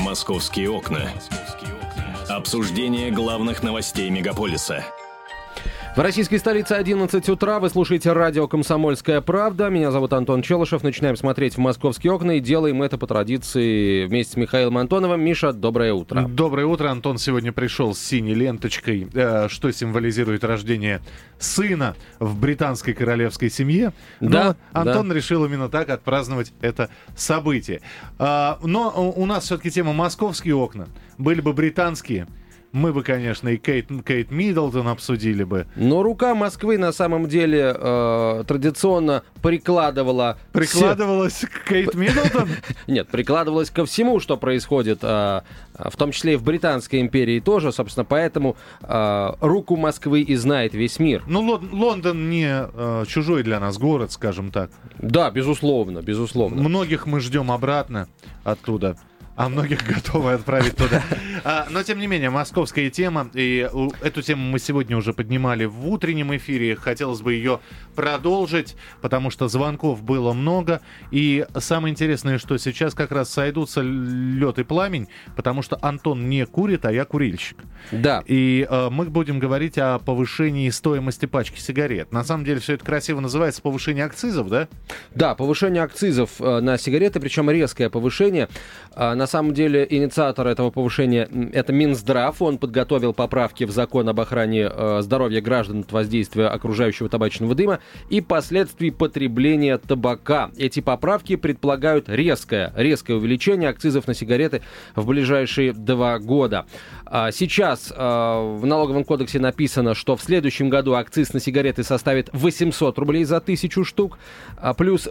«Московские окна». Обсуждение главных новостей мегаполиса. В российской столице 11 утра. Вы слушаете радио «Комсомольская правда». Меня зовут Антон Челышев. Начинаем смотреть в «Московские окна» и делаем это по традиции вместе с Михаилом Антоновым. Миша, доброе утро. Доброе утро. Антон сегодня пришел с синей ленточкой, что символизирует рождение сына в британской королевской семье. Да, но Антон решил именно так отпраздновать это событие. Но у нас все-таки тема «Московские окна». Были бы британские, мы бы, конечно, и Кейт Миддлтон обсудили бы. Но рука Москвы на самом деле традиционно прикладывалась к Кейт Миддлтон? Нет, прикладывалась ко всему, что происходит, в том числе и в Британской империи тоже. Собственно, поэтому руку Москвы и знает весь мир. Ну, Лондон не чужой для нас город, скажем так. Да, безусловно, безусловно. Многих мы ждем обратно оттуда. А многих готовы отправить туда. Но, тем не менее, московская тема. И эту тему мы сегодня уже поднимали в утреннем эфире. Хотелось бы ее продолжить, потому что звонков было много. И самое интересное, что сейчас как раз сойдутся лед и пламень, потому что Антон не курит, а я курильщик. Да. И мы будем говорить о повышении стоимости пачки сигарет. На самом деле все это красиво называется повышение акцизов, да? Да, повышение акцизов на сигареты, причем резкое повышение. На самом деле инициатор этого повышения — это Минздрав. Он подготовил поправки в закон об охране здоровья граждан от воздействия окружающего табачного дыма и последствий потребления табака. Эти поправки предполагают резкое увеличение акцизов на сигареты в ближайшие 2 года. Сейчас в налоговом кодексе написано, что в следующем году акциз на сигареты составит 800 рублей за 1000 штук, плюс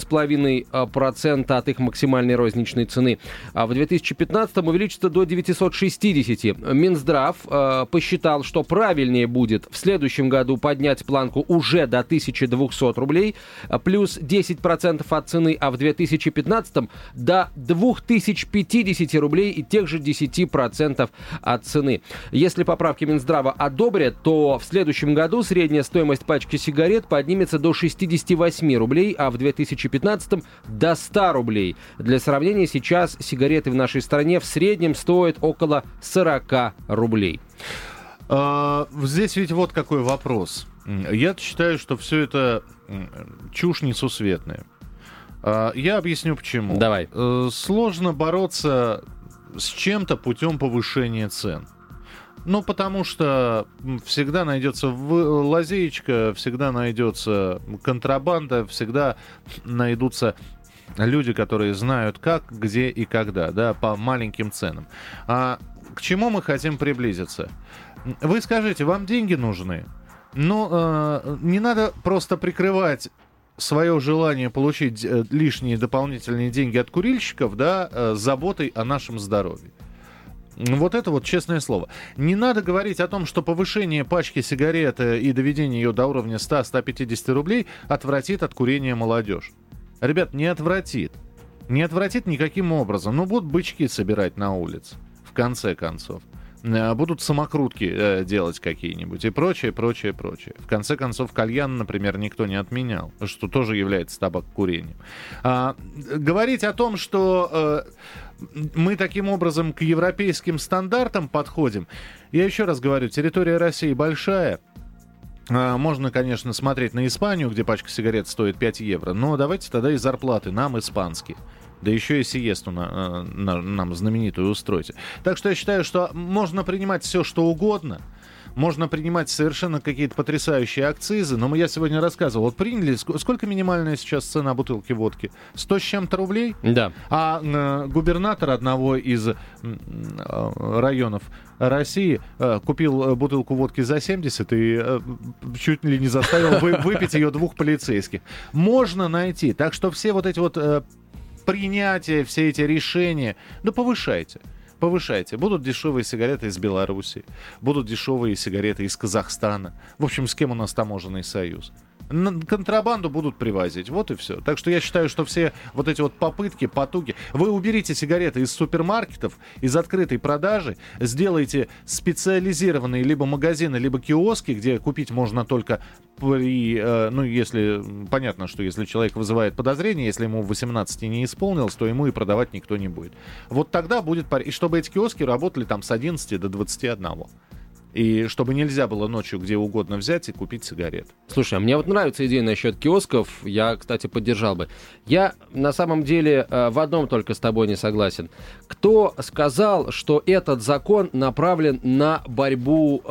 8,5% от их максимальной розничной цены. В 2015 увеличится до 960. Минздрав посчитал, что правильнее будет в следующем году поднять планку уже до 1200 рублей, плюс 10% от цены, а в 2015 до 2050 рублей и тех же 10% от цены. Если поправки Минздрава одобрят, то в следующем году средняя стоимость пачки сигарет поднимется до 68 рублей, а в 2015 до 100 рублей. Для сравнения, сейчас сигареты в нашей стране в среднем стоят около 40 рублей. Здесь ведь вот какой вопрос. Я считаю, что все это чушь несусветная. Я объясню почему. Давай. Сложно бороться с чем-то путем повышения цен. Ну, потому что всегда найдется лазеечка, всегда найдется контрабанда, всегда найдутся люди, которые знают как, где и когда, да, по маленьким ценам. А к чему мы хотим приблизиться? Вы скажите, вам деньги нужны? Ну, не надо просто прикрывать свое желание получить лишние дополнительные деньги от курильщиков, да, заботой о нашем здоровье. Вот это вот честное слово. Не надо говорить о том, что повышение пачки сигарет и доведение ее до уровня 100-150 рублей отвратит от курения молодежь. Ребят, не отвратит. Не отвратит никаким образом. Ну, будут бычки собирать на улице, в конце концов. Будут самокрутки делать какие-нибудь и прочее, прочее, прочее. В конце концов, кальян, например, никто не отменял, что тоже является табакокурением. Говорить о том, что мы таким образом к европейским стандартам подходим, я еще раз говорю, территория России большая. Можно, конечно, смотреть на Испанию, где пачка сигарет стоит 5 евро, но давайте тогда и зарплаты нам испанские. Да еще и сиесту нам знаменитую устройте. Так что я считаю, что можно принимать все, что угодно. Можно принимать совершенно какие-то потрясающие акцизы. Но я сегодня рассказывал. Вот приняли... Сколько минимальная сейчас цена бутылки водки? 100 с чем-то рублей? Да. А губернатор одного из районов России купил бутылку водки за 70 и чуть ли не заставил выпить ее 2 полицейских. Можно найти. Так что все вот эти вот... принятие, все эти решения, да повышайте. Будут дешевые сигареты из Беларуси, будут дешевые сигареты из Казахстана. В общем, с кем у нас таможенный союз? контрабанду будут привозить. Вот и все. Так что я считаю, что все вот эти вот попытки, потуги... Вы уберите сигареты из супермаркетов, из открытой продажи, сделайте специализированные либо магазины, либо киоски, где купить можно только при... если... Понятно, что если человек вызывает подозрение, если ему 18 не исполнилось, то ему и продавать никто не будет. Вот тогда будет... И чтобы эти киоски работали там с 11 до 21. И чтобы нельзя было ночью где угодно взять и купить сигарет. Слушай, а мне вот нравится идея насчет киосков. Я, кстати, поддержал бы. Я на самом деле в одном только с тобой не согласен. Кто сказал, что этот закон направлен на борьбу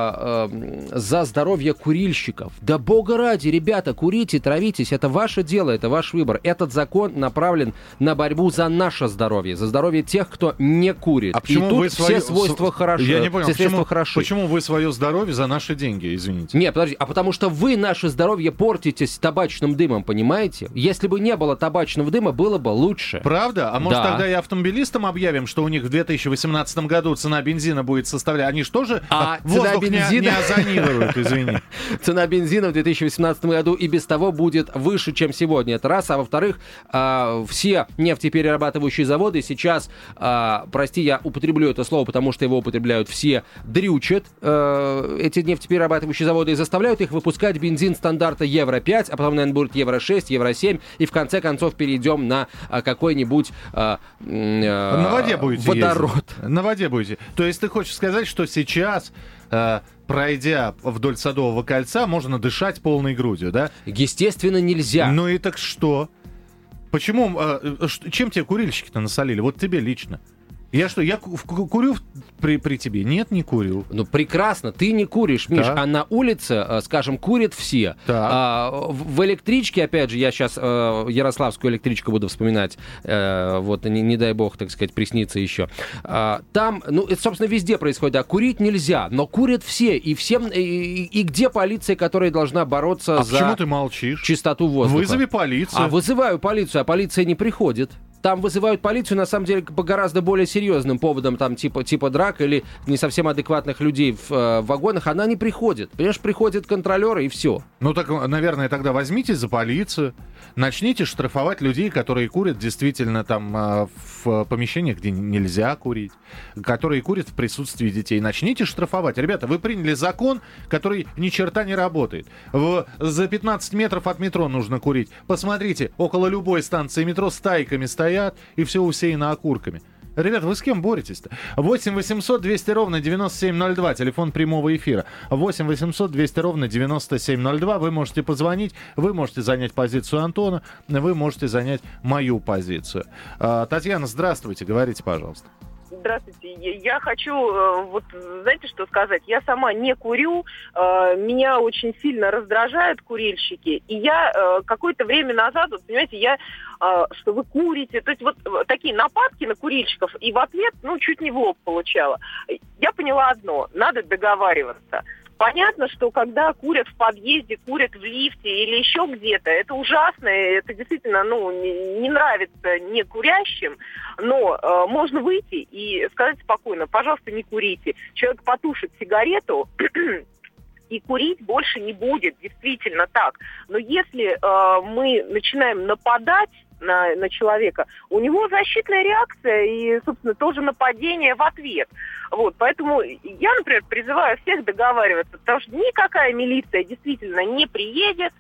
за здоровье курильщиков? Да бога ради, ребята, курите, травитесь. Это ваше дело, это ваш выбор. Этот закон направлен на борьбу за наше здоровье, за здоровье тех, кто не курит. А почему и тут вы все свойства хороши. Я не понял, все средства хороши. Почему вы свое здоровье за наши деньги, извините? Нет, подожди, а потому что вы наше здоровье портите с табачным дымом, понимаете? Если бы не было табачного дыма, было бы лучше. Правда? А может Да. тогда и автомобилистам объявим, что у них в 2018 году цена бензина будет составлять... Они же тоже воздух не озонируют, извини. Цена бензина в 2018 году и без того будет выше, чем сегодня. Это раз. А во-вторых, все нефтеперерабатывающие заводы сейчас, прости, я употреблю это слово, потому что его употребляют все, дрючат эти нефтеперерабатывающие заводы и заставляют их выпускать бензин стандарта Евро-5, а потом, наверное, будет Евро-6, Евро-7, и в конце концов перейдем на какой-нибудь на воде будете водород. Ездить. На воде будете. То есть ты хочешь сказать, что сейчас... пройдя вдоль Садового кольца, можно дышать полной грудью, да? Естественно, нельзя. Ну и так что? Почему? Чем тебе курильщики-то насолили? Вот тебе лично. Я курю при тебе? Нет, не курю. Ну, прекрасно, ты не куришь, Миш, Да. а на улице, скажем, курят все. В электричке, опять же, я сейчас ярославскую электричку буду вспоминать, вот, не дай бог, так сказать, приснится еще. Там, ну, это, собственно, везде происходит, да, курить нельзя, но курят все, и всем, и где полиция, которая должна бороться за почему ты молчишь? чистоту воздуха? Вызови полицию. Вызываю полицию, а полиция не приходит. Там вызывают полицию, на самом деле, по гораздо более серьезным поводам, там, типа драк или не совсем адекватных людей в вагонах. Она не приходит. Понимаешь, приходят контролеры и все. Ну, так, наверное, тогда возьмитесь за полицию, начните штрафовать людей, которые курят действительно там в помещениях, где нельзя курить, которые курят в присутствии детей. Начните штрафовать. Ребята, вы приняли закон, который ни черта не работает. За 15 метров от метро нужно курить. Посмотрите, около любой станции метро стайками стоят, и все усеяно окурками. Ребята, вы с кем боретесь-то? 8 800 200 ровно 9702, телефон прямого эфира. 8 800 200 ровно 9702. Вы можете позвонить, вы можете занять позицию Антона, вы можете занять мою позицию. Татьяна, здравствуйте, говорите, пожалуйста. Здравствуйте. Я хочу, вот, знаете, что сказать? Я сама не курю, меня очень сильно раздражают курильщики, и я какое-то время назад, вот, понимаете, что вы курите, то есть вот такие нападки на курильщиков, и в ответ, чуть не в лоб получала. Я поняла одно, надо договариваться. Понятно, что когда курят в подъезде, курят в лифте или еще где-то, это ужасно, это действительно, не нравится не курящим, но можно выйти и сказать спокойно, пожалуйста, не курите. Человек потушит сигарету, и курить больше не будет, действительно так. Но если мы начинаем нападать на человека, у него защитная реакция и, собственно, тоже нападение в ответ. Вот, поэтому я, например, призываю всех договариваться, потому что никакая милиция действительно не приедет,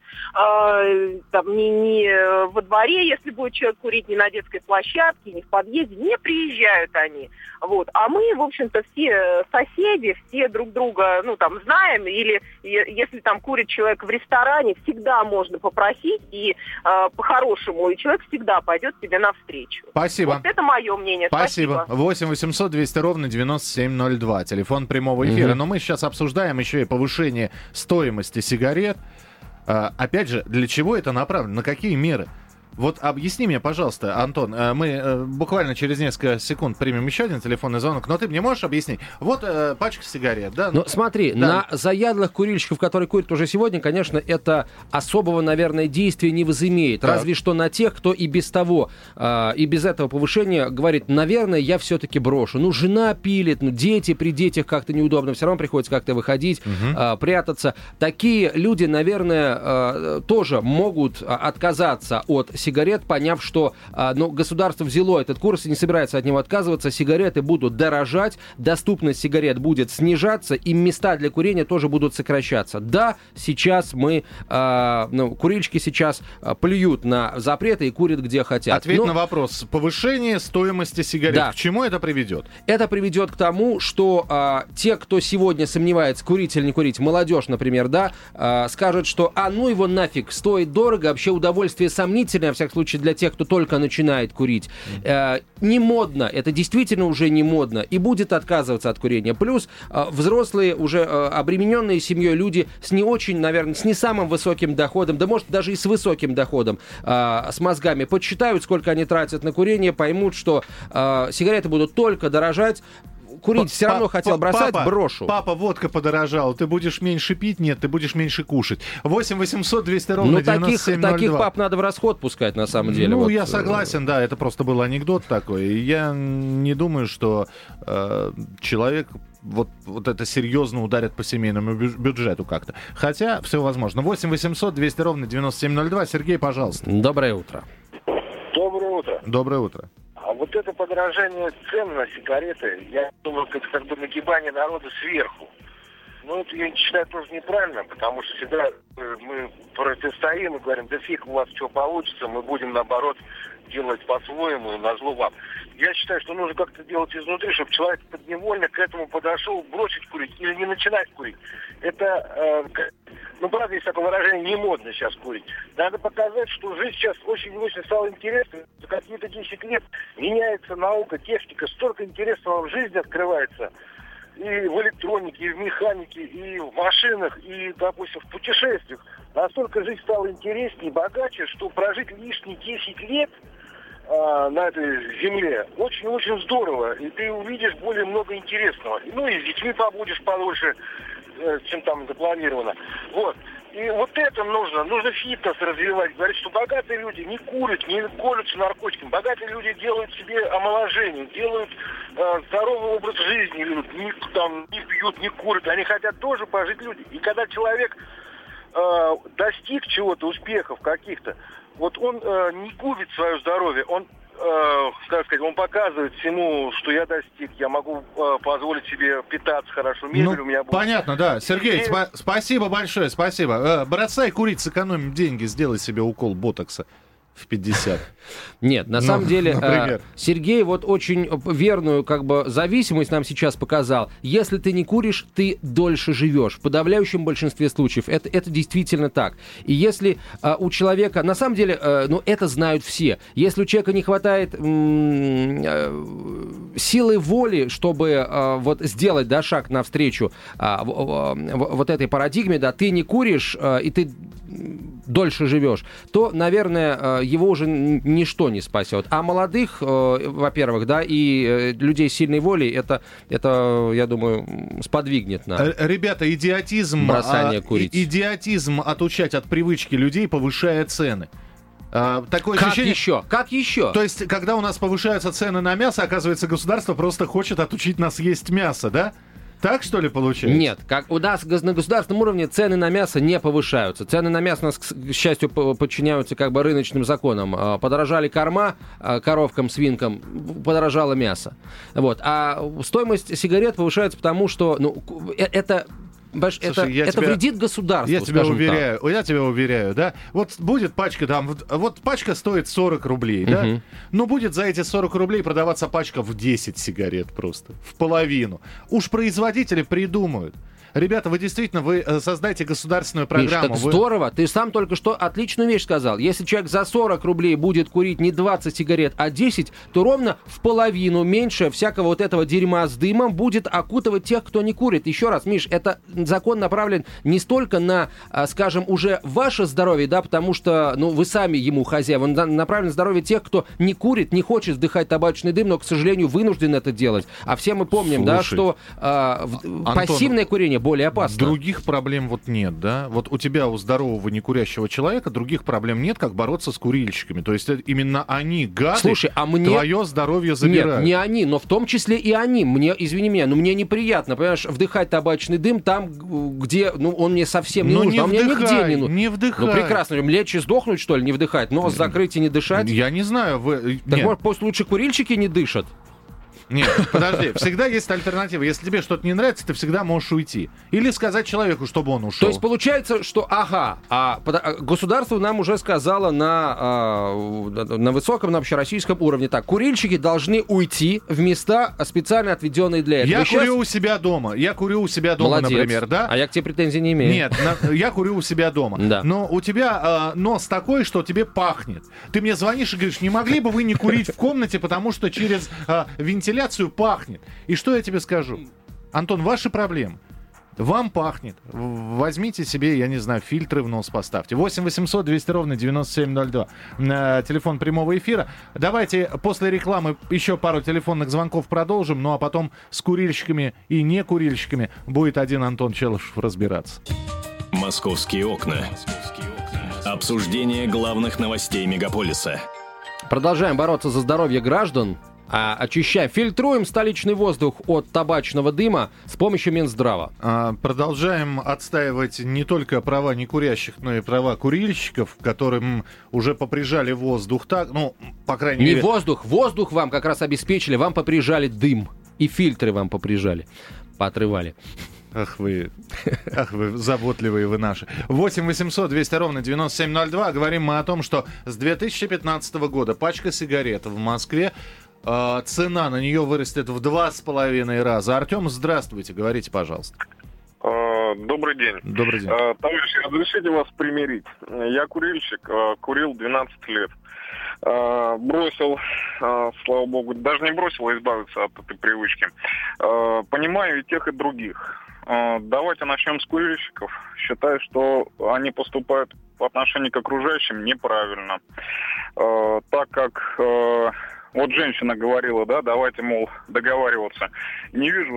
ни во дворе, если будет человек курить, ни на детской площадке, ни в подъезде, не приезжают они. Вот. А мы, в общем-то, все соседи, все друг друга, знаем, или если там курит человек в ресторане, всегда можно попросить, и по-хорошему, и человек всегда пойдет тебе навстречу. Спасибо. Вот это мое мнение. Спасибо. 8 800 200 ровно 9702. Телефон прямого эфира. Но мы сейчас обсуждаем еще и повышение стоимости сигарет. Опять же, для чего это направлено? На какие меры? Вот объясни мне, пожалуйста, Антон, мы буквально через несколько секунд примем еще один телефонный звонок, но ты мне можешь объяснить? Вот пачка сигарет, да? Ну, смотри, да. на заядлых курильщиков, которые курят уже сегодня, конечно, это особого, наверное, действия не возымеет. Так. Разве что на тех, кто и без того, и без этого повышения говорит, наверное, я все-таки брошу. Ну, жена пилит, ну, дети, при детях как-то неудобно, все равно приходится как-то выходить, прятаться. Такие люди, наверное, тоже могут отказаться от сигарет, поняв, что государство взяло этот курс и не собирается от него отказываться, сигареты будут дорожать, доступность сигарет будет снижаться, и места для курения тоже будут сокращаться. Да, сейчас курильщики сейчас плюют на запреты и курят где хотят. Ответь на вопрос. Повышение стоимости сигарет. Да. К чему это приведет? Это приведет к тому, что те, кто сегодня сомневается, курить или не курить, молодежь, например, да, скажет, что ну его нафиг, стоит дорого, вообще удовольствие сомнительное, во всяком случае, для тех, кто только начинает курить. Не модно, это действительно уже не модно, и будет отказываться от курения. Плюс взрослые, уже обремененные семьей люди с не очень, наверное, с не самым высоким доходом, да может даже и с высоким доходом, с мозгами, подсчитают, сколько они тратят на курение, поймут, что сигареты будут только дорожать. Курить все равно хотел бросать, брошу. Папа, водка подорожала. Ты будешь меньше пить? Нет, ты будешь меньше кушать. 8 800 200 ровно 9702. Таких пап надо в расход пускать, на самом деле. Ну, я согласен, да, это просто был анекдот такой. Я не думаю, что человек вот это серьезно ударит по семейному бюджету как-то. Хотя все возможно. 8 800 200 ровно 9702. Сергей, пожалуйста. Доброе утро. Доброе утро. Доброе утро. А вот это подорожание цен на сигареты, я думаю, это как бы нагибание народа сверху. Ну, это я считаю тоже неправильно, потому что всегда мы противостоим и говорим, да фиг у вас что получится, мы будем, наоборот, делать по-своему, назло вам. Я считаю, что нужно как-то делать изнутри, чтобы человек подневольно к этому подошел, бросить курить или не начинать курить. Это, правда, есть такое выражение, не модно сейчас курить. Надо показать, что жизнь сейчас очень-очень стала интересной. За какие-то 10 лет меняется наука, техника, столько интересного в жизни открывается. И в электронике, и в механике, и в машинах, и, допустим, в путешествиях. Настолько жизнь стала интереснее и богаче, что прожить лишние 10 лет на этой земле очень-очень здорово. И ты увидишь более много интересного. Ну и с детьми побудешь подольше, чем там запланировано. Вот. И вот это нужно фитнес развивать. Говорить, что богатые люди не курят, не колются наркотиками. Богатые люди делают себе омоложение, делают здоровый образ жизни, не пьют, не курят. Они хотят тоже пожить люди. И когда человек достиг чего-то, успехов каких-то, вот он не губит свое здоровье, он он показывает всему, что я достиг, я могу позволить себе питаться хорошо, мебель у меня будет. Понятно, да. Сергей, спасибо большое, спасибо. Бросай курить, сэкономим деньги, сделай себе укол ботокса в 50. Нет, на самом деле, Сергей вот очень верную зависимость нам сейчас показал. Если ты не куришь, ты дольше живешь. В подавляющем большинстве случаев это действительно так. И если у человека, на самом деле, это знают все. Если у человека не хватает силы воли, чтобы сделать шаг навстречу вот этой парадигме, ты не куришь, и ты дольше живешь, то, наверное, его уже ничто не спасет. А молодых, во-первых, и людей с сильной волей, это, я думаю, сподвигнет на ребята, бросание курить. Идиотизм отучать от привычки людей, повышая цены. Такое Как ощущение... еще? Как еще? То есть, когда у нас повышаются цены на мясо, оказывается, государство просто хочет отучить нас есть мясо, да? Так, что ли, получается? Нет, как у нас на государственном уровне цены на мясо не повышаются. Цены на мясо у нас, к счастью, подчиняются рыночным законам. Подорожали корма коровкам, свинкам, подорожало мясо. Вот. А стоимость сигарет повышается потому, что это... Слушай, это вредит государству, я тебя уверяю, да? Вот будет пачка пачка стоит 40 рублей, да? Но будет за эти 40 рублей продаваться пачка в 10 сигарет просто, в половину. Уж производители придумают. Ребята, вы действительно, вы создайте государственную Миш, программу. так здорово. Ты сам только что отличную вещь сказал. Если человек за 40 рублей будет курить не 20 сигарет, а 10, то ровно в половину меньше всякого вот этого дерьма с дымом будет окутывать тех, кто не курит. Еще раз, Миш, это закон направлен не столько на, скажем, уже ваше здоровье, да, потому что, ну, вы сами ему хозяева. Он направлен на здоровье тех, кто не курит, не хочет вдыхать табачный дым, но, к сожалению, вынужден это делать. А все мы помним, да, что Антон, пассивное курение более опасно. Других проблем вот нет, да? Вот у тебя, у здорового некурящего человека, других проблем нет, как бороться с курильщиками. То есть именно они, гады, слушай, а мне... твое здоровье забирают. Нет, не они, но в том числе и они. Мне, извини меня, но мне неприятно, понимаешь, вдыхать табачный дым там, где, ну, он мне совсем не нужен. А мне нигде не нужен. Не вдыхай. Ну, прекрасно. Лечь и сдохнуть, что ли, не вдыхать? Нос закрыть и не дышать? Я не знаю. Так, Нет. может, пусть лучше курильщики не дышат? Нет, подожди, всегда есть альтернатива. Если тебе что-то не нравится, ты всегда можешь уйти. Или сказать человеку, чтобы он ушел. То есть получается, что, государство нам уже сказало на высоком, на общероссийском уровне, так, курильщики должны уйти в места, специально отведенные для этого. Я курю у себя дома. Молодец. Например, да? А я к тебе претензий не имею. Нет, я курю у себя дома. Да. Но у тебя нос такой, что тебе пахнет. Ты мне звонишь и говоришь, не могли бы вы не курить в комнате, потому что через вентиляцию пахнет. И что я тебе скажу? Антон, ваши проблемы. Вам пахнет. Возьмите себе, я не знаю, фильтры в нос поставьте. 8 800 200 ровно 9702. Телефон прямого эфира. Давайте после рекламы еще пару телефонных звонков продолжим. Ну а потом с курильщиками и некурильщиками будет один Антон Челышев разбираться. «Московские окна». Обсуждение главных новостей мегаполиса. Продолжаем бороться за здоровье граждан. Очищаем, фильтруем столичный воздух от табачного дыма с помощью Минздрава. Продолжаем отстаивать не только права некурящих, но и права курильщиков, которым уже поприжали воздух так, ну, по крайней мере... Не воздух, воздух вам как раз обеспечили, вам поприжали дым. И фильтры вам поприжали, поотрывали. Ах вы заботливые вы наши. 8 800 200 ровно 9702. Говорим мы о том, что с 2015 года пачка сигарет в Москве, цена на нее вырастет в 2,5 раза. Артем, здравствуйте, говорите, пожалуйста. Добрый день. Добрый день. Товарищи, разрешите вас примирить. Я курильщик, курил 12 лет. Бросил, слава богу, даже не бросил, а избавиться от этой привычки. Понимаю и тех, и других. Давайте начнем с курильщиков. Считаю, что они поступают по отношению к окружающим неправильно. Так как... Вот женщина говорила, да, давайте, мол, договариваться. Не вижу,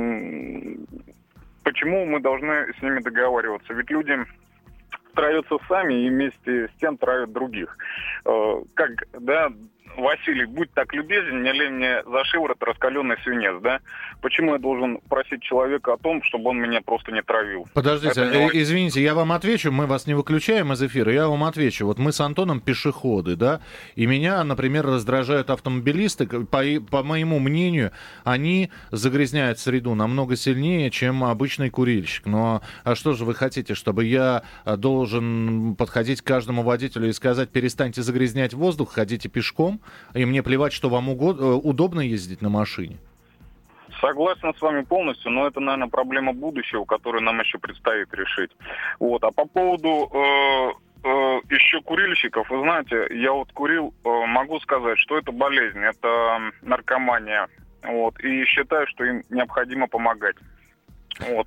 почему мы должны с ними договариваться. Ведь люди травятся сами и вместе с тем травят других. Как, да, Василий, будь так любезен, не лей мне за шиворот раскаленный свинец, да? Почему я должен просить человека о том, чтобы он меня просто не травил? Подождите, извините, я вам отвечу, мы вас не выключаем из эфира, я вам отвечу. Вот мы с Антоном пешеходы, да, и меня, например, раздражают автомобилисты, по моему мнению, они загрязняют среду намного сильнее, чем обычный курильщик. Но а что же вы хотите, чтобы я должен подходить к каждому водителю и сказать, перестаньте загрязнять воздух, ходите пешком? И мне плевать, что вам удобно ездить на машине. Согласен с вами полностью, но это, наверное, проблема будущего, которую нам еще предстоит решить. Вот. А по поводу еще курильщиков, вы знаете, я вот курил, могу сказать, что это болезнь, это наркомания. Вот. И считаю, что им необходимо помогать. Вот.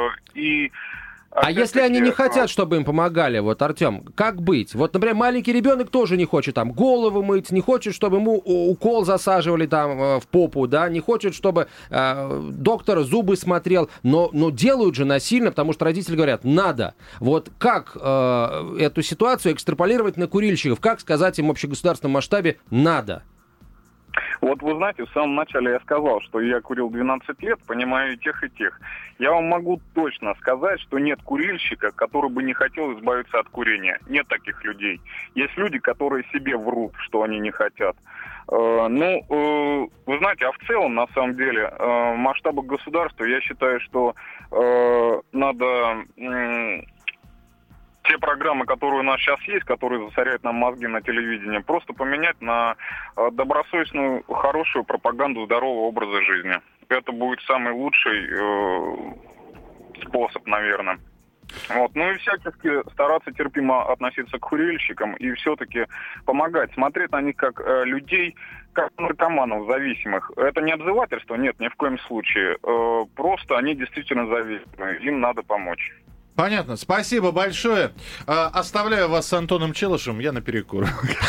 А если они не хотят, чтобы им помогали, вот, Артем, как быть? Вот, например, маленький ребенок тоже не хочет там голову мыть, не хочет, чтобы ему укол засаживали там в попу, да, не хочет, чтобы доктор зубы смотрел, но делают же насильно, потому что родители говорят, надо. Вот как эту ситуацию экстраполировать на курильщиков? Как сказать им в общегосударственном масштабе «надо»? Вот вы знаете, в самом начале я сказал, что я курил 12 лет, понимаю и тех, и тех. Я вам могу точно сказать, что нет курильщика, который бы не хотел избавиться от курения. Нет таких людей. Есть люди, которые себе врут, что они не хотят. Вы знаете, а в целом, на самом деле, в масштабах государства, я считаю, что надо... Те программы, которые у нас сейчас есть, которые засоряют нам мозги на телевидении, просто поменять на добросовестную, хорошую пропаганду здорового образа жизни. Это будет самый лучший способ, наверное. Вот. Ну и всячески стараться терпимо относиться к курильщикам и все-таки помогать, смотреть на них как людей, как наркоманов зависимых. Это не обзывательство, нет, ни в коем случае. Просто они действительно зависимы, им надо помочь. Понятно. Спасибо большое. Оставляю вас с Антоном Челышевым. Я на перекур.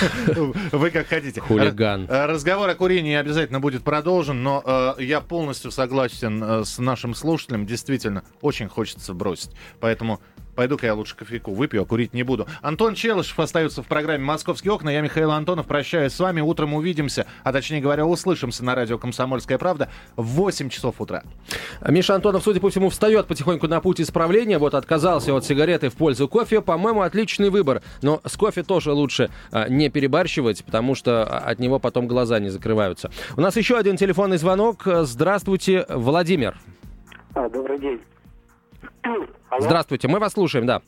Вы как хотите. Хулиган. Разговор о курении обязательно будет продолжен, но я полностью согласен с нашим слушателем. Действительно, очень хочется бросить. Поэтому пойду-ка я лучше кофейку выпью, а курить не буду. Антон Челышев остается в программе «Московские окна». Я, Михаил Антонов, прощаюсь с вами. Утром увидимся, а точнее говоря, услышимся на радио «Комсомольская правда» в 8 часов утра. Миша Антонов, судя по всему, встает потихоньку на путь исправления. Вот отказался от сигареты в пользу кофе. По-моему, отличный выбор. Но с кофе тоже лучше не перебарщивать, потому что от него потом глаза не закрываются. У нас еще один телефонный звонок. Здравствуйте, Владимир. Добрый день. Алло. Здравствуйте, мы вас слушаем, да.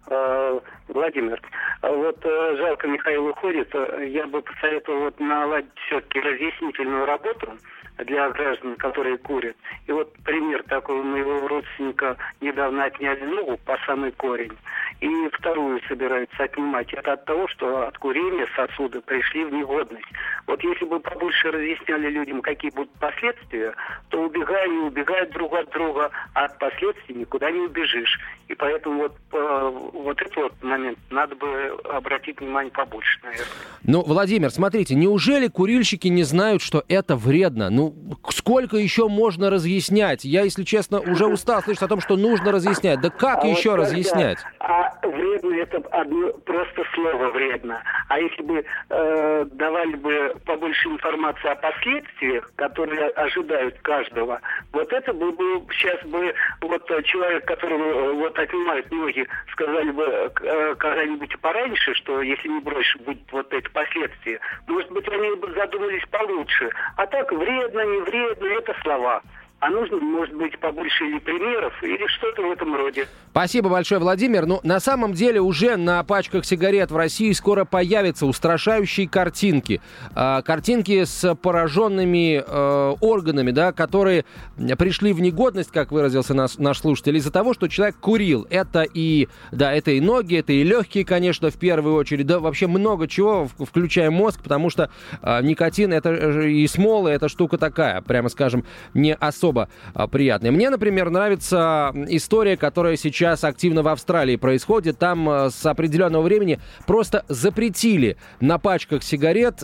Владимир, вот жалко, Михаил уходит. Я бы посоветовал вот наладить все-таки разъяснительную работу для граждан, которые курят. И вот пример такой: у моего родственника недавно отняли ногу по самый корень, и вторую собираются отнимать. Это от того, что от курения сосуды пришли в негодность. Вот если бы побольше разъясняли людям, какие будут последствия, то убегают друг от друга, а от последствий никуда не убежишь. И поэтому вот этот вот момент надо бы обратить внимание побольше, наверное. Ну, Владимир, смотрите, неужели курильщики не знают, что это вредно? Ну, сколько еще можно разъяснять? Я, если честно, уже устал слышать о том, что нужно разъяснять. Да как еще вот разъяснять? Вредно — это одно просто слово «вредно». А если бы давали бы побольше информации о последствиях, которые ожидают каждого, вот это бы сейчас бы вот человек, которому вот отнимают ноги, сказали бы когда-нибудь пораньше, что если не бросишь, будет вот эти последствия. Может быть, они бы задумались получше. А так вредно, не вредно — это слова. А нужно, может быть, побольше или примеров, или что-то в этом роде. Спасибо большое, Владимир. Ну, на самом деле, уже на пачках сигарет в России скоро появятся устрашающие картинки. Картинки с пораженными органами, да, которые пришли в негодность, как выразился наш слушатель, из-за того, что человек курил. Это и ноги, это и легкие, конечно, в первую очередь. Да, вообще много чего, включая мозг, потому что никотин, это и смола, это штука такая, прямо скажем, не особо приятная. Мне, например, нравится история, которая сейчас активно в Австралии происходит. Там с определенного времени просто запретили на пачках сигарет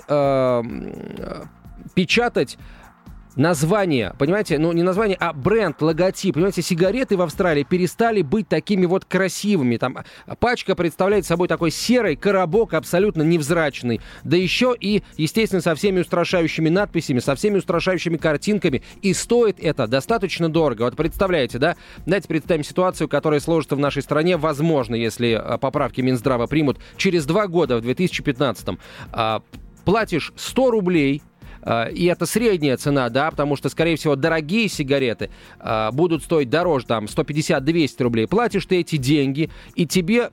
печатать название, понимаете, ну не название, а бренд, логотип. Понимаете, сигареты в Австралии перестали быть такими вот красивыми. Там пачка представляет собой такой серый коробок, абсолютно невзрачный. Да еще и, естественно, со всеми устрашающими надписями, со всеми устрашающими картинками. И стоит это достаточно дорого. Вот представляете, да? Давайте представим ситуацию, которая сложится в нашей стране. Возможно, если поправки Минздрава примут, через 2 года, в 2015-м, платишь 100 рублей, и это средняя цена, да, потому что, скорее всего, дорогие сигареты будут стоить дороже, там, 150-200 рублей. Платишь ты эти деньги, и тебе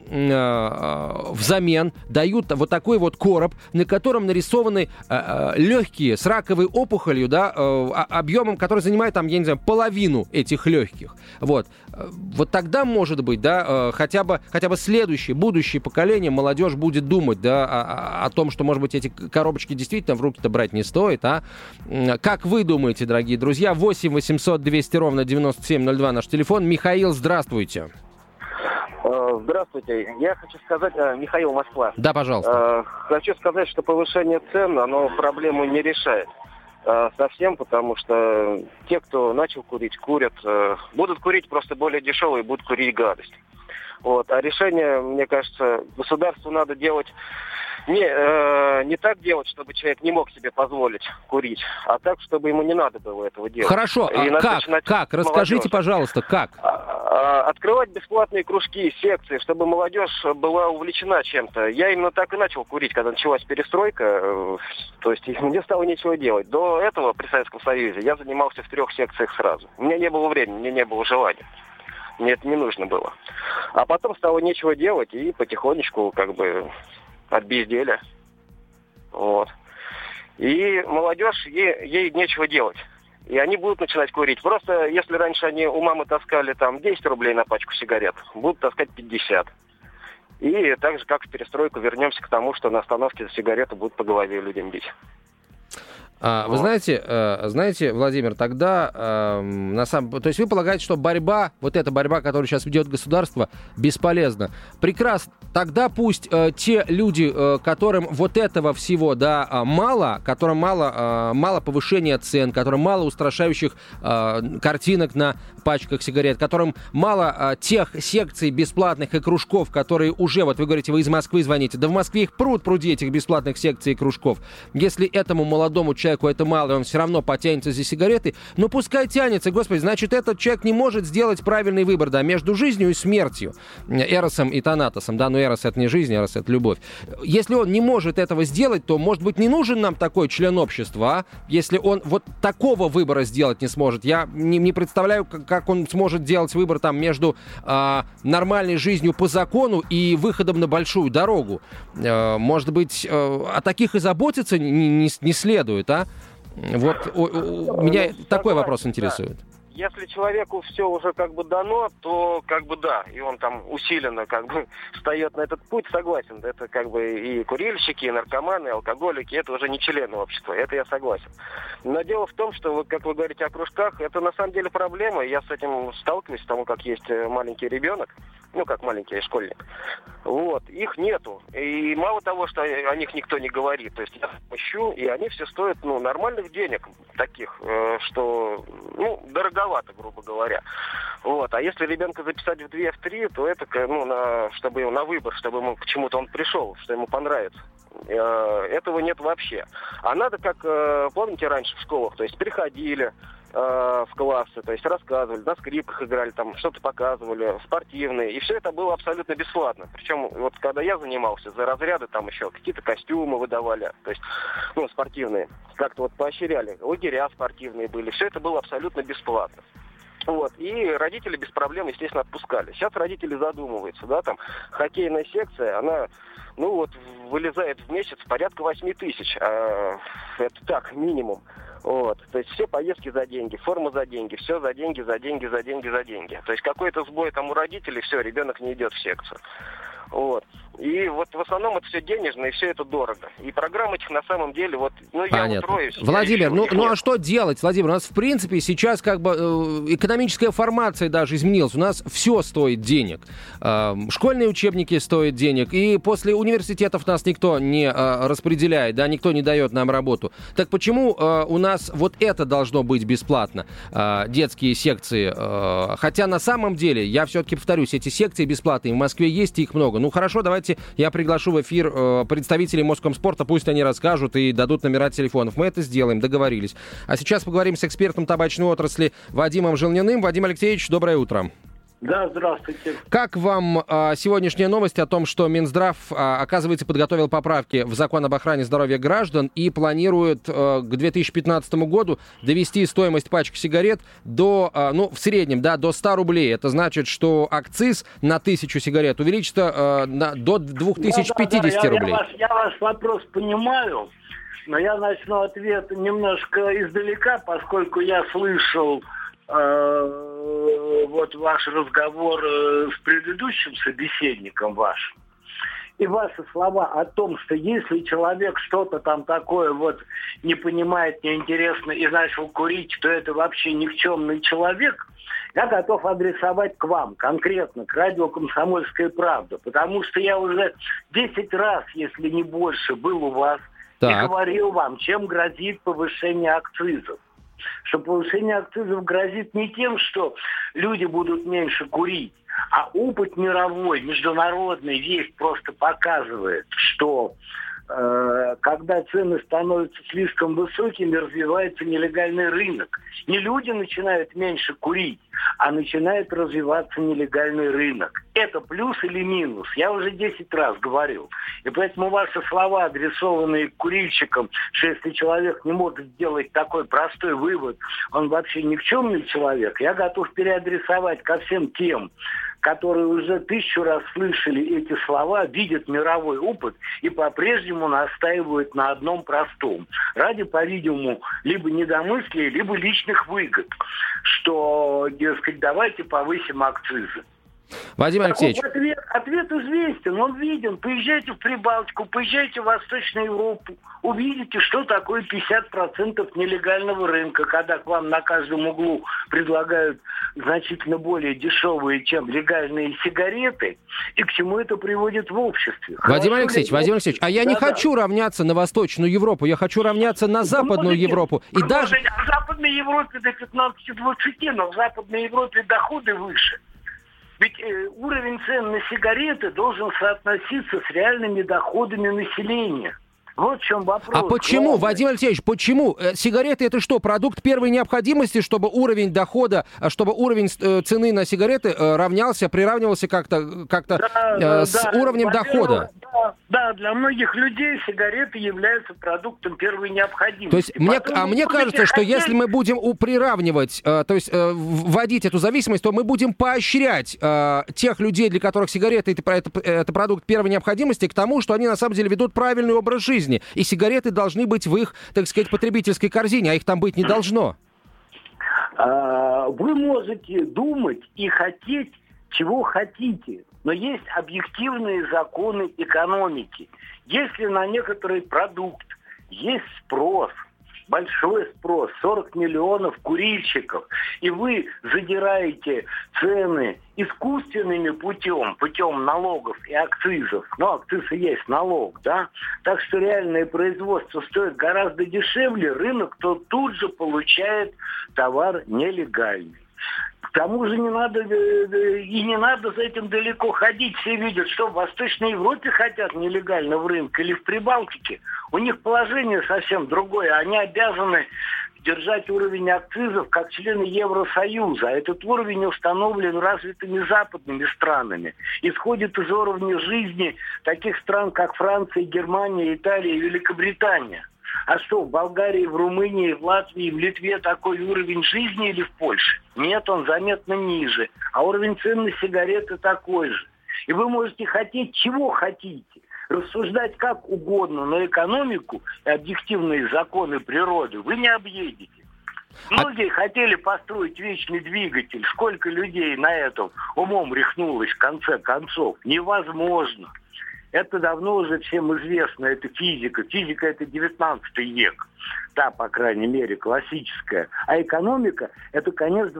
взамен дают вот такой вот короб, на котором нарисованы легкие с раковой опухолью, да, объемом, который занимает, там, я не знаю, половину этих легких. Вот. Вот тогда, может быть, да, хотя бы следующее, будущее поколение, молодежь будет думать, да, о том, что, может быть, эти коробочки действительно в руки-то брать не стоит, а? Как вы думаете, дорогие друзья? 8 800 200 ровно 9702 наш телефон. Михаил, здравствуйте. Здравствуйте. Я хочу сказать, Михаил, Москва. Да, пожалуйста. Хочу сказать, что повышение цен, оно проблему не решает совсем, потому что те, кто начал курить, курят. Будут курить просто более дешевые, будут курить гадость. Вот. А решение, мне кажется, государству надо делать не так делать, чтобы человек не мог себе позволить курить, а так, чтобы ему не надо было этого делать. Хорошо, а как? Расскажите, пожалуйста, как? Открывать бесплатные кружки, секции, чтобы молодежь была увлечена чем-то. Я именно так и начал курить, когда началась перестройка, то есть мне стало нечего делать. До этого при Советском Союзе я занимался в 3 секциях сразу. У меня не было времени, мне не было желания. Мне это не нужно было. А потом стало нечего делать, и потихонечку как бы от безделия. Вот. И молодежь, ей нечего делать. И они будут начинать курить. Просто если раньше они у мамы таскали там 10 рублей на пачку сигарет, будут таскать 50. И так же, как в перестройку, вернемся к тому, что на остановке за сигарету будут по голове людям бить. Вы знаете, Владимир, тогда то есть вы полагаете, что эта борьба, которую сейчас ведет государство, бесполезна. Прекрасно. Тогда пусть те люди, которым вот этого всего, мало, которым мало повышения цен, которым мало устрашающих картинок на пачках сигарет, которым мало тех секций бесплатных и кружков, которые уже, вот вы говорите, вы из Москвы звоните, да в Москве их пруд-пруди, этих бесплатных секций и кружков. Если этому молодому человеку это мало, и он все равно потянется за сигареты, но пускай тянется, господи, значит, этот человек не может сделать правильный выбор, между жизнью и смертью, эросом и танатосом, но эрос это не жизнь, эрос это любовь. Если он не может этого сделать, то, может быть, не нужен нам такой член общества, если он вот такого выбора сделать не сможет. Я не представляю, как он сможет делать выбор между нормальной жизнью по закону и выходом на большую дорогу. Может быть, о таких и заботиться не следует, Вот меня такой вопрос интересует. Если человеку все уже дано, то да, и он там усиленно встает на этот путь, согласен. Это и курильщики, и наркоманы, и алкоголики, это уже не члены общества, это я согласен. Но дело в том, что, как вы говорите о кружках, это на самом деле проблема, я с этим сталкиваюсь, потому как есть маленький ребенок, как маленький школьник. Их нету. И мало того, что о них никто не говорит, то есть я ищу, и они все стоят, нормальных денег, таких, что, дороговато, грубо говоря. А если ребенка записать в 2, в 3, то это, чтобы на выбор, чтобы ему к чему-то он пришел, что ему понравится. Этого нет вообще. А надо, как, помните, раньше в школах, то есть приходили в классы, то есть рассказывали, на скрипках играли, там что-то показывали, спортивные, и все это было абсолютно бесплатно. Причем, когда я занимался, за разряды там еще какие-то костюмы выдавали, то есть, спортивные, как-то поощряли, лагеря спортивные были, все это было абсолютно бесплатно. И родители без проблем, естественно, отпускали. Сейчас родители задумываются, хоккейная секция, она, вылезает в месяц порядка 8 тысяч, это так, минимум. То есть все поездки за деньги, форма за деньги, все за деньги. То есть какой-то сбой у родителей, все, ребенок не идет в секцию. И в основном это все денежно, и все это дорого. И программ этих на самом деле, я утроюсь. Владимир, а что делать, Владимир? У нас, в принципе, сейчас экономическая формация даже изменилась. У нас все стоит денег. Школьные учебники стоят денег. И после университетов нас никто не распределяет, никто не дает нам работу. Так почему у нас это должно быть бесплатно? Детские секции. Хотя на самом деле, я все-таки повторюсь, эти секции бесплатные в Москве есть, и их много. Хорошо, давайте я приглашу в эфир представителей Москомспорта, пусть они расскажут и дадут номера телефонов. Мы это сделаем, договорились. А сейчас поговорим с экспертом табачной отрасли Вадимом Желниным. Вадим Алексеевич, доброе утро. Да, здравствуйте. Как вам сегодняшняя новость о том, что Минздрав, оказывается, подготовил поправки в закон об охране здоровья граждан и планирует к 2015 году довести стоимость пачек сигарет до, в среднем, до 100 рублей. Это значит, что акциз на 1000 сигарет увеличится до 2050 рублей. Я ваш вопрос понимаю, но я начну ответ немножко издалека, поскольку я слышал ваш разговор с предыдущим собеседником вашим. И ваши слова о том, что если человек что-то там такое не понимает, неинтересно и начал курить, то это вообще никчемный человек, я готов адресовать к вам, конкретно, к радио «Комсомольская правда». Потому что я уже 10 раз, если не больше, был у вас и говорил вам, чем грозит повышение акцизов. Что повышение акцизов грозит не тем, что люди будут меньше курить, а опыт мировой, международный весь просто показывает, что когда цены становятся слишком высокими, развивается нелегальный рынок. Не люди начинают меньше курить, а начинает развиваться нелегальный рынок. Это плюс или минус? Я уже 10 раз говорил. И поэтому ваши слова, адресованные курильщикам, что если человек не может сделать такой простой вывод, он вообще никчемный человек, я готов переадресовать ко всем тем которые уже 1000 раз слышали эти слова, видят мировой опыт и по-прежнему настаивают на одном простом. Ради, по-видимому, либо недомыслия, либо личных выгод, что, дескать, давайте повысим акцизы. Вадим Алексеевич. Ответ известен, он виден. Поезжайте в Прибалтику, поезжайте в Восточную Европу, увидите, что такое 50% нелегального рынка, когда к вам на каждом углу предлагают значительно более дешевые, чем легальные сигареты, и к чему это приводит в обществе. Вадим Алексеевич, а я не хочу равняться на Восточную Европу, я хочу равняться на Западную Европу. И даже... В Западной Европе до 15-20, но в Западной Европе доходы выше. Ведь уровень цен на сигареты должен соотноситься с реальными доходами населения. Вот в чем вопрос. А почему, Вадим Алексеевич, почему? Сигареты — это что, продукт первой необходимости, чтобы уровень дохода, чтобы уровень цены на сигареты приравнивался как-то с уровнем дохода? Да, для многих людей сигареты являются продуктом первой необходимости. То есть мне кажется, что если мы будем приравнивать, то есть вводить эту зависимость, то мы будем поощрять тех людей, для которых сигареты это продукт первой необходимости, к тому, что они на самом деле ведут правильный образ жизни. И сигареты должны быть в их, так сказать, потребительской корзине, а их там быть не должно. Вы можете думать и хотеть, чего хотите, но есть объективные законы экономики. Если на некоторый продукт есть спрос, большой спрос, 40 миллионов курильщиков, и вы задираете цены искусственными путем налогов и акцизов, акциз и есть налог, да, так что реальное производство стоит гораздо дешевле, рынок тут же получает товар нелегальный. К тому же не надо за этим далеко ходить. Все видят, что в Восточной Европе хотят нелегального рынка или в Прибалтике. У них положение совсем другое. Они обязаны держать уровень акцизов как члены Евросоюза. Этот уровень установлен развитыми западными странами. Исходит из уровня жизни таких стран, как Франция, Германия, Италия и Великобритания. А что, в Болгарии, в Румынии, в Латвии, в Литве такой уровень жизни или в Польше? Нет, он заметно ниже. А уровень цен на сигареты такой же. И вы можете хотеть, чего хотите. Рассуждать как угодно, но экономику и объективные законы природы вы не объедете. Многие хотели построить вечный двигатель. Сколько людей на этом умом рехнулось в конце концов? Невозможно. Это давно уже всем известно, это физика. Физика — это 19 век. Да, по крайней мере, классическая. А экономика — это конец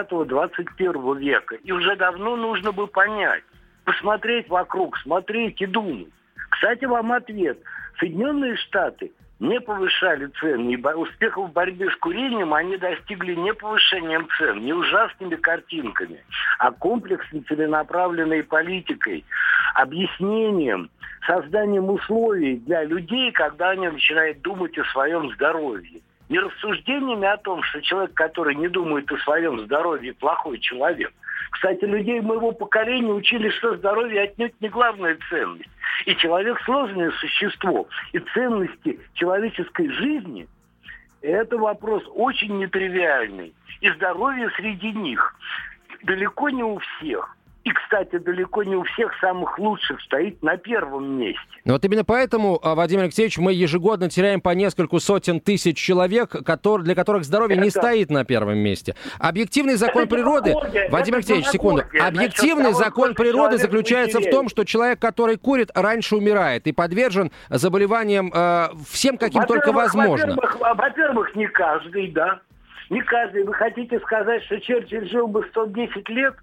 20-21 века. И уже давно нужно бы понять, посмотреть вокруг, смотреть и думать. Кстати, вам ответ. Соединенные Штаты не повышали цены. И успехов в борьбе с курением они достигли не повышением цен, не ужасными картинками, а комплексной целенаправленной политикой, объяснением, созданием условий для людей, когда они начинают думать о своем здоровье. Не рассуждениями о том, что человек, который не думает о своем здоровье, плохой человек. Кстати, людей моего поколения учили, что здоровье отнюдь не главная ценность. И человек — сложное существо. И ценности человеческой жизни – это вопрос очень нетривиальный. И здоровье среди них далеко не у всех. И, кстати, далеко не у всех самых лучших стоит на первом месте. Вот именно поэтому, Вадим Алексеевич, мы ежегодно теряем по нескольку сотен тысяч человек, для которых здоровье не стоит на первом месте. Объективный закон природы... Вадим Алексеевич, секунду. Объективный закон природы заключается в том, что человек, который курит, раньше умирает и подвержен заболеваниям всем, каким только возможно. Во-первых, не каждый, да. Не каждый. Вы хотите сказать, что Черчилль жил бы 110 лет?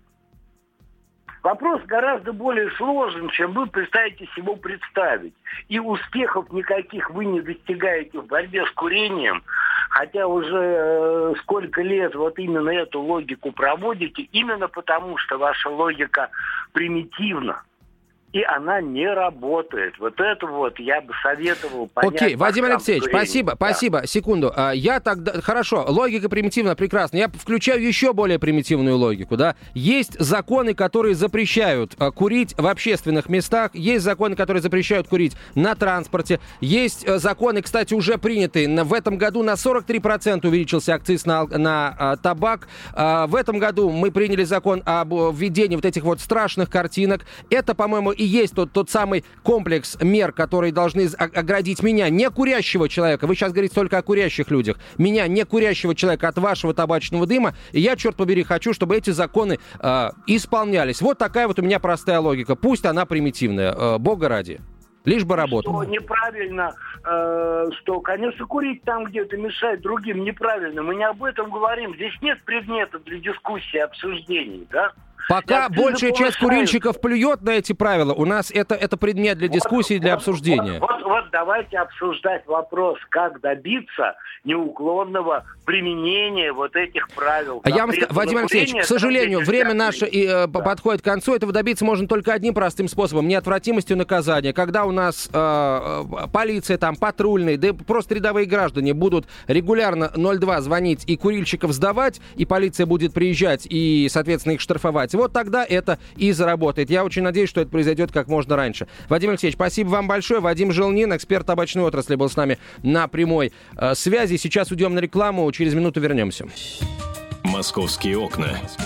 Вопрос гораздо более сложен, чем вы пытаетесь его представить. И успехов никаких вы не достигаете в борьбе с курением, хотя уже сколько лет вот именно эту логику проводите, именно потому что ваша логика примитивна. и она не работает. Вот это вот я бы советовал понять. Окей, Вадим Алексеевич, курения. спасибо, секунду. Я тогда, хорошо, логика примитивна, прекрасно. Я включаю еще более примитивную логику, да. Есть законы, которые запрещают курить в общественных местах, есть законы, которые запрещают курить на транспорте, есть законы, кстати, уже принятые. В этом году на 43% увеличился акциз на табак. В этом году мы приняли закон об введении вот этих вот страшных картинок. Это, по-моему, и есть тот самый комплекс мер, которые должны оградить меня, не курящего человека. Вы сейчас говорите только о курящих людях. Меня, не курящего человека, от вашего табачного дыма. И я, черт побери, хочу, чтобы эти законы исполнялись. Вот такая вот у меня простая логика. Пусть она примитивная. Бога ради. Лишь бы работало. Что неправильно, что, конечно, курить там где-то мешает другим, неправильно. Мы не об этом говорим. Здесь нет предмета для дискуссии, обсуждений, да? Пока большая часть курильщиков плюет на эти правила, у нас это предмет для дискуссии, для обсуждения. Вот давайте обсуждать вопрос, как добиться неуклонного применения вот этих правил. Я вам скажу, Вадим Алексеевич, к сожалению, время наше подходит к концу. Этого добиться можно только одним простым способом — неотвратимостью наказания. Когда у нас полиция, там, патрульные, да просто рядовые граждане будут регулярно 02 звонить и курильщиков сдавать, и полиция будет приезжать и, соответственно, их штрафовать, вот тогда это и заработает. Я очень надеюсь, что это произойдет как можно раньше. Вадим Алексеевич, спасибо вам большое. Вадим Желнин, эксперт табачной отрасли, был с нами на прямой связи. Сейчас уйдем на рекламу, через минуту вернемся. «Московские окна».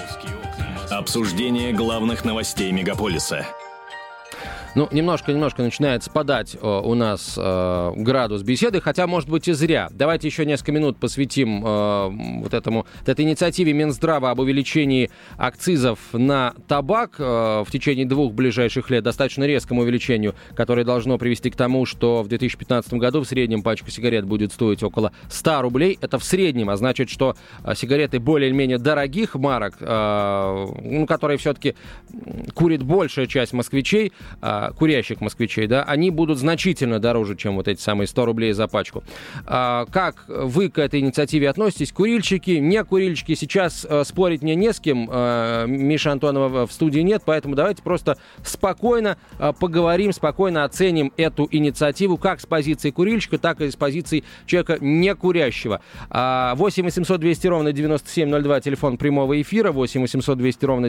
Обсуждение главных новостей мегаполиса. Ну, немножко начинает спадать у нас градус беседы, хотя, может быть, и зря. Давайте еще несколько минут посвятим этой инициативе Минздрава об увеличении акцизов на табак в течение 2 ближайших лет, достаточно резкому увеличению, которое должно привести к тому, что в 2015 году в среднем пачка сигарет будет стоить около 100 рублей. Это в среднем, а значит, что сигареты более-менее дорогих марок, которые все-таки курит большая часть москвичей, курящих москвичей, да, они будут значительно дороже, чем вот эти самые 100 рублей за пачку. Как вы к этой инициативе относитесь? Курильщики, не курильщики? Сейчас спорить мне не с кем. Миши Антонова в студии нет, поэтому давайте просто спокойно поговорим, спокойно оценим эту инициативу как с позиции курильщика, так и с позиции человека не курящего. 8 800 200 ровно 9702, телефон прямого эфира, 8 800 200 ровно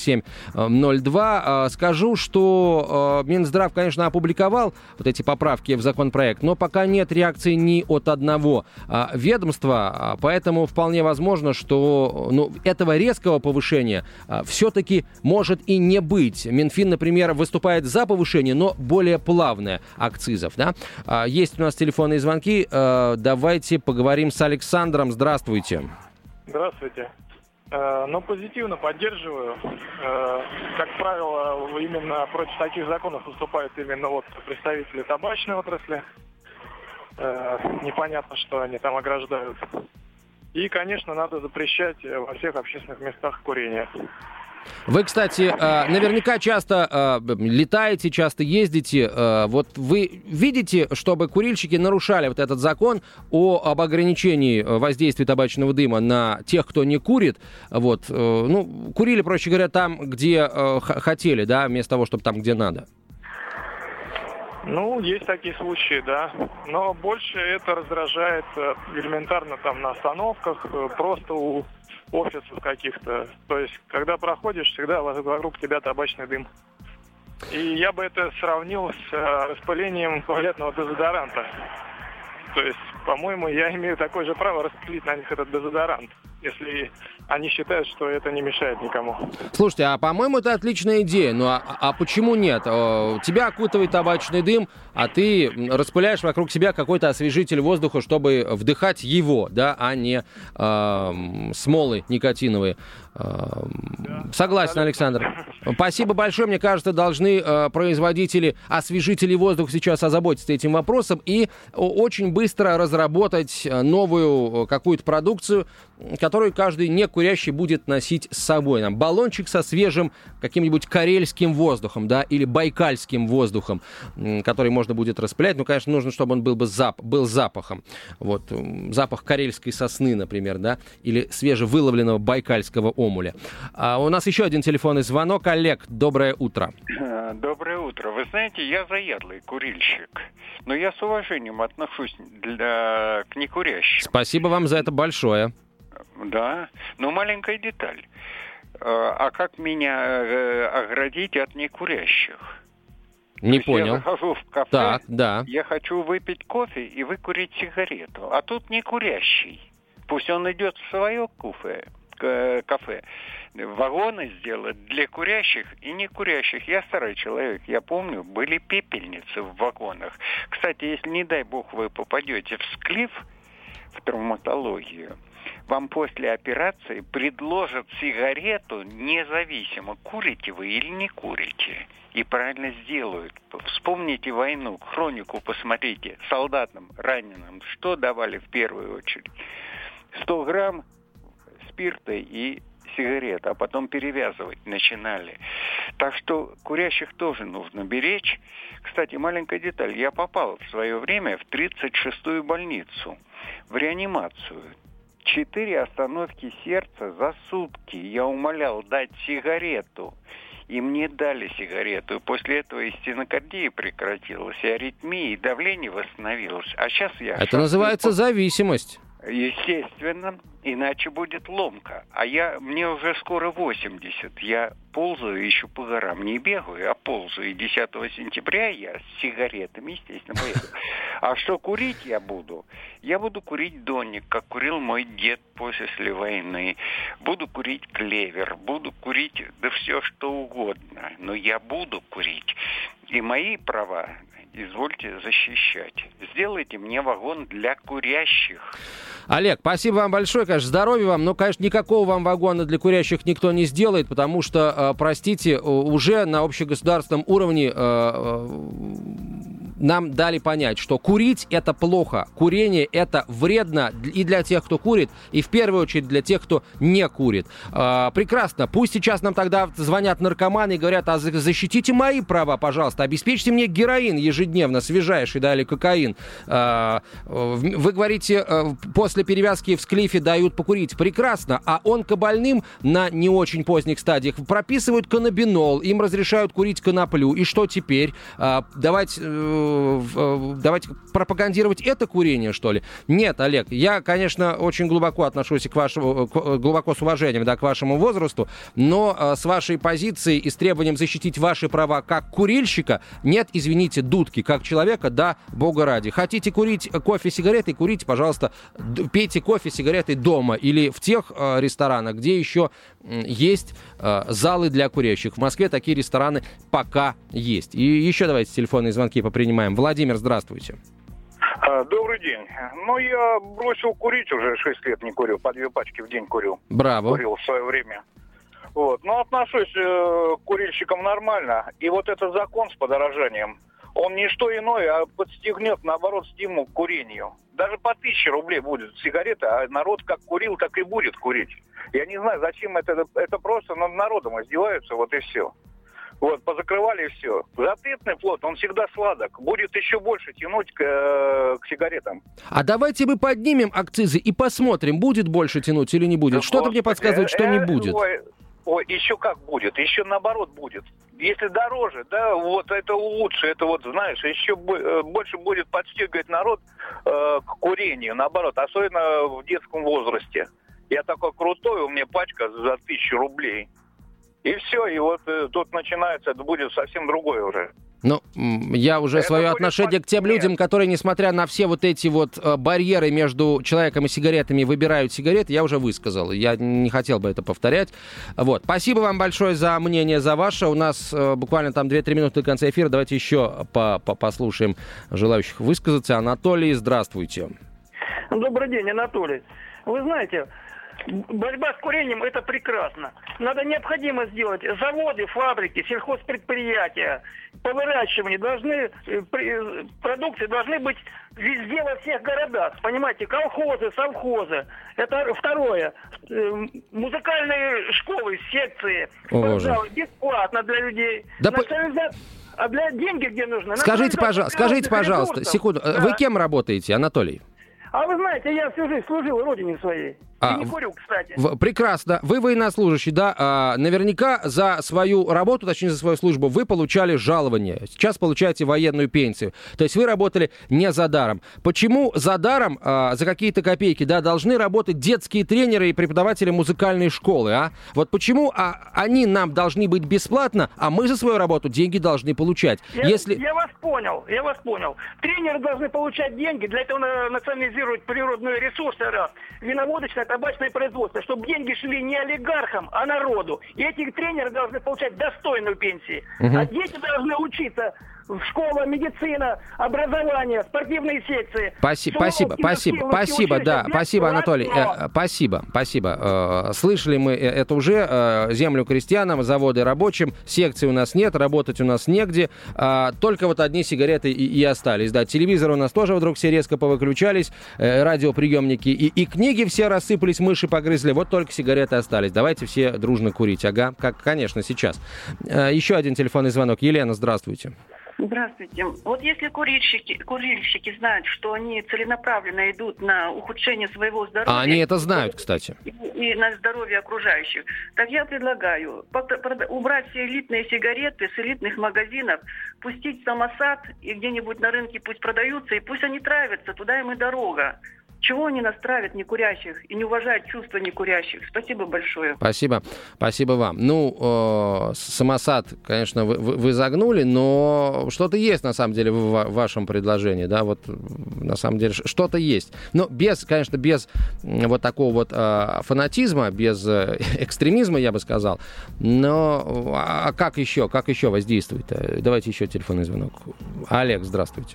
9702. Скажу, что Минздрав, конечно, опубликовал вот эти поправки в законопроект, но пока нет реакции ни от одного ведомства, поэтому вполне возможно, что этого резкого повышения все-таки может и не быть. Минфин, например, выступает за повышение, но более плавное акцизов. Да? Есть у нас телефонные звонки. Давайте поговорим с Александром. Здравствуйте. Здравствуйте. Позитивно поддерживаю. Как правило, именно против таких законов выступают именно представители табачной отрасли. Непонятно, что они там ограждают. И, конечно, надо запрещать во всех общественных местах курение. Вы, кстати, наверняка часто летаете, часто ездите. Вот вы видите, чтобы курильщики нарушали вот этот закон об ограничении воздействия табачного дыма на тех, кто не курит? Курили, проще говоря, там, где хотели, да, вместо того, чтобы там, где надо. Есть такие случаи, да. Но больше это раздражает элементарно там на остановках, просто у офисов каких-то. То есть, когда проходишь, всегда вокруг тебя табачный дым. И я бы это сравнил с распылением туалетного дезодоранта. То есть, по-моему, я имею такое же право распылить на них этот дезодорант, если они считают, что это не мешает никому. Слушайте, по-моему, это отличная идея. А почему нет? Тебя окутывает табачный дым, а ты распыляешь вокруг себя какой-то освежитель воздуха, чтобы вдыхать его, да, а не смолы никотиновые. Согласен, Александр. Спасибо большое. Мне кажется, должны производители освежителей воздуха сейчас озаботиться этим вопросом и очень быстро разработать новую какую-то продукцию, который каждый некурящий будет носить с собой. Баллончик со свежим каким-нибудь карельским воздухом, да, или байкальским воздухом, который можно будет распылять. Ну, конечно, нужно, чтобы он был запахом. Вот, запах карельской сосны, например, да, или свежевыловленного байкальского омуля. У нас еще один телефонный звонок. Олег, доброе утро. Доброе утро. Вы знаете, я заядлый курильщик, но я с уважением отношусь к некурящим. Спасибо вам за это большое. Да, но маленькая деталь. А как меня оградить от некурящих? Не понял. Я захожу в кафе, так, да. Я хочу выпить кофе и выкурить сигарету, а тут некурящий. Пусть он идет в свое кафе. Вагоны сделать для курящих и некурящих. Я старый человек, я помню, были пепельницы в вагонах. Кстати, если, не дай бог, вы попадете в склиф, в травматологию, вам после операции предложат сигарету независимо, курите вы или не курите. И правильно сделают. Вспомните войну, хронику посмотрите. Солдатам, раненым, что давали в первую очередь? 100 грамм спирта и сигарета, а потом перевязывать начинали. Так что курящих тоже нужно беречь. Кстати, маленькая деталь. Я попал в свое время в 36-ю больницу, в реанимацию. 4 остановки сердца за сутки. Я умолял дать сигарету. И мне дали сигарету. И после этого и стенокардия прекратилась, и аритмия, и давление восстановилось. А сейчас я... Это называется зависимость. Естественно, иначе будет ломка. А мне уже скоро 80. Я ползаю еще по горам. Не бегаю, а ползаю. И 10 сентября я с сигаретами, естественно, поеду. А что курить я буду? Я буду курить донник, как курил мой дед после войны. Буду курить клевер, буду курить да все что угодно. Но я буду курить. И мои права извольте защищать. Сделайте мне вагон для курящих. Олег, спасибо вам большое, конечно, здоровья вам, но, конечно, никакого вам вагона для курящих никто не сделает, потому что, простите, уже на общегосударственном уровне нам дали понять, что курить – это плохо, курение – это вредно и для тех, кто курит, и в первую очередь для тех, кто не курит. Прекрасно. Пусть сейчас нам тогда звонят наркоманы и говорят: а защитите мои права, пожалуйста, обеспечьте мне героин ежедневно, свежайший, да, или кокаин. Вы говорите, после перевязки в склифе дают покурить. Прекрасно. А онкобольным на не очень поздних стадиях прописывают каннабинол, им разрешают курить коноплю. И что теперь? Давайте пропагандировать это курение, что ли? Нет, Олег, я, конечно, очень глубоко отношусь глубоко с уважением, да, к вашему возрасту, но с вашей позицией и с требованием защитить ваши права как курильщика, нет, извините, дудки, как человека, да, бога ради. Хотите курить кофе, сигареты, курите, пожалуйста, пейте кофе, сигареты дома или в тех ресторанах, где еще есть залы для курящих. В Москве такие рестораны пока есть. И еще давайте телефонные звонки попринимаем. Владимир, здравствуйте. Добрый день. Я бросил курить уже 6 лет, не курю. По 2 пачки в день курю. Браво. Курил в свое время. Отношусь к курильщикам нормально. И этот закон с подорожанием, он не что иное, а подстегнет, наоборот, стимул к курению. Даже по 1000 рублей будет сигарета, а народ как курил, так и будет курить. Я не знаю, зачем это просто над народом издеваются, и все. Позакрывали и все. Запретный плод, он всегда сладок. Будет еще больше тянуть к сигаретам. А давайте мы поднимем акцизы и посмотрим, будет больше тянуть или не будет. Что-то мне подсказывает, что не будет. Еще как будет, еще наоборот будет. Если дороже, да, это лучше, это еще больше будет подстегивать народ к курению, наоборот, особенно в детском возрасте. Я такой крутой, у меня пачка за 1000 рублей. И все, и тут начинается, это будет совсем другое уже. Я уже свое отношение к тем людям, которые, несмотря на все эти барьеры между человеком и сигаретами, выбирают сигареты, я уже высказал. Я не хотел бы это повторять. Спасибо вам большое за мнение, за ваше. У нас буквально 2-3 минуты до конца эфира. Давайте еще послушаем желающих высказаться. Анатолий, здравствуйте. Добрый день, Анатолий. Вы знаете, борьба с курением – это прекрасно. Надо необходимо сделать заводы, фабрики, сельхозпредприятия по выращиванию продукции должны быть везде, во всех городах. Понимаете, колхозы, совхозы. Это второе. Музыкальные школы, секции, спортзалы бесплатно для людей. Да а для деньги где нужно? Скажите, пожалуйста, секунду. Да. Вы кем работаете, Анатолий? А вы знаете, я всю жизнь служил родине своей. И не курю, кстати. Прекрасно. Вы военнослужащий, да? Наверняка за свою работу, точнее за свою службу, вы получали жалование. Сейчас получаете военную пенсию. То есть вы работали не за даром. Почему за даром, за какие-то копейки, да, должны работать детские тренеры и преподаватели музыкальной школы, а? Вот почему они нам должны быть бесплатно, а мы за свою работу деньги должны получать? Я вас понял. Тренеры должны получать деньги, для этого национализировать природные ресурсы, раз. Виноводочное, табачное производство, чтобы деньги шли не олигархам, а народу. И эти тренеры должны получать достойную пенсию. А дети должны учиться в школе, медицина, образование, спортивные секции. Спасибо, да. Спасибо, Анатолий. Спасибо. Слышали мы это уже. Землю крестьянам, заводы рабочим, секций у нас нет, работать у нас негде. Только вот одни сигареты и остались. Да, телевизоры у нас тоже вдруг все резко повыключались, радиоприемники и книги все рассыпались, мыши погрызли. Вот только сигареты остались. Давайте все дружно курить. Ага, конечно, сейчас. Еще один телефонный звонок. Елена, здравствуйте. Здравствуйте. Вот если курильщики знают, что они целенаправленно идут на ухудшение своего здоровья... А они это знают, кстати. И на здоровье окружающих, так я предлагаю убрать все элитные сигареты с элитных магазинов, пустить самосад и где-нибудь на рынке пусть продаются, и пусть они травятся, туда им и дорога. Чего они нас травят, некурящих, и не уважают чувства некурящих? Спасибо большое. Спасибо вам. Самосад, конечно, вы загнули, но что-то есть, на самом деле, в вашем предложении, да, вот, на самом деле, что-то есть. Но без вот такого вот фанатизма, без экстремизма, я бы сказал. Но как еще воздействует? Давайте еще телефонный звонок. Олег, здравствуйте.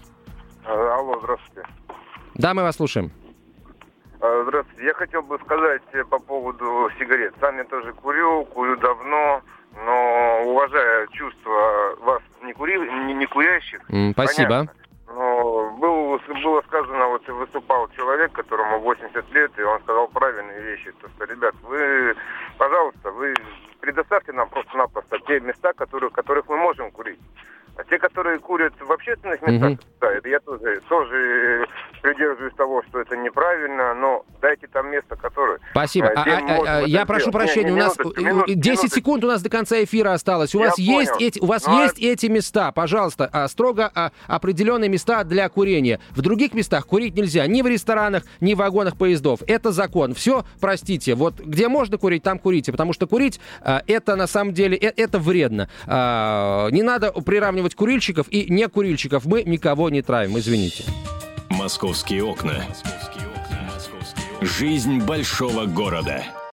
Алло, здравствуйте. Да, мы вас слушаем. Здравствуйте. Я хотел бы сказать по поводу сигарет. Сам я тоже курю давно, но уважая чувства вас, не курящих. Спасибо. Понятно. Но было сказано, вот выступал человек, которому 80 лет, и он сказал правильные вещи. То, что, ребят, вы, пожалуйста, вы предоставьте нам просто-напросто те места, в которых мы можем курить. А те, которые курят в общественных местах, да, это я тоже придерживаюсь того, что это неправильно, но дайте там место, которое... Спасибо. Я прошу прощения, у нас 10 секунд у нас до конца эфира осталось. У вас есть эти места, пожалуйста, строго определенные места для курения. В других местах курить нельзя, ни в ресторанах, ни в вагонах поездов. Это закон. Все, простите, вот где можно курить, там курите, потому что курить это на самом деле, это вредно. Не надо приравнивать курильщиков и некурильщиков. Мы никого не травим, извините. «Московские окна». Жизнь большого города.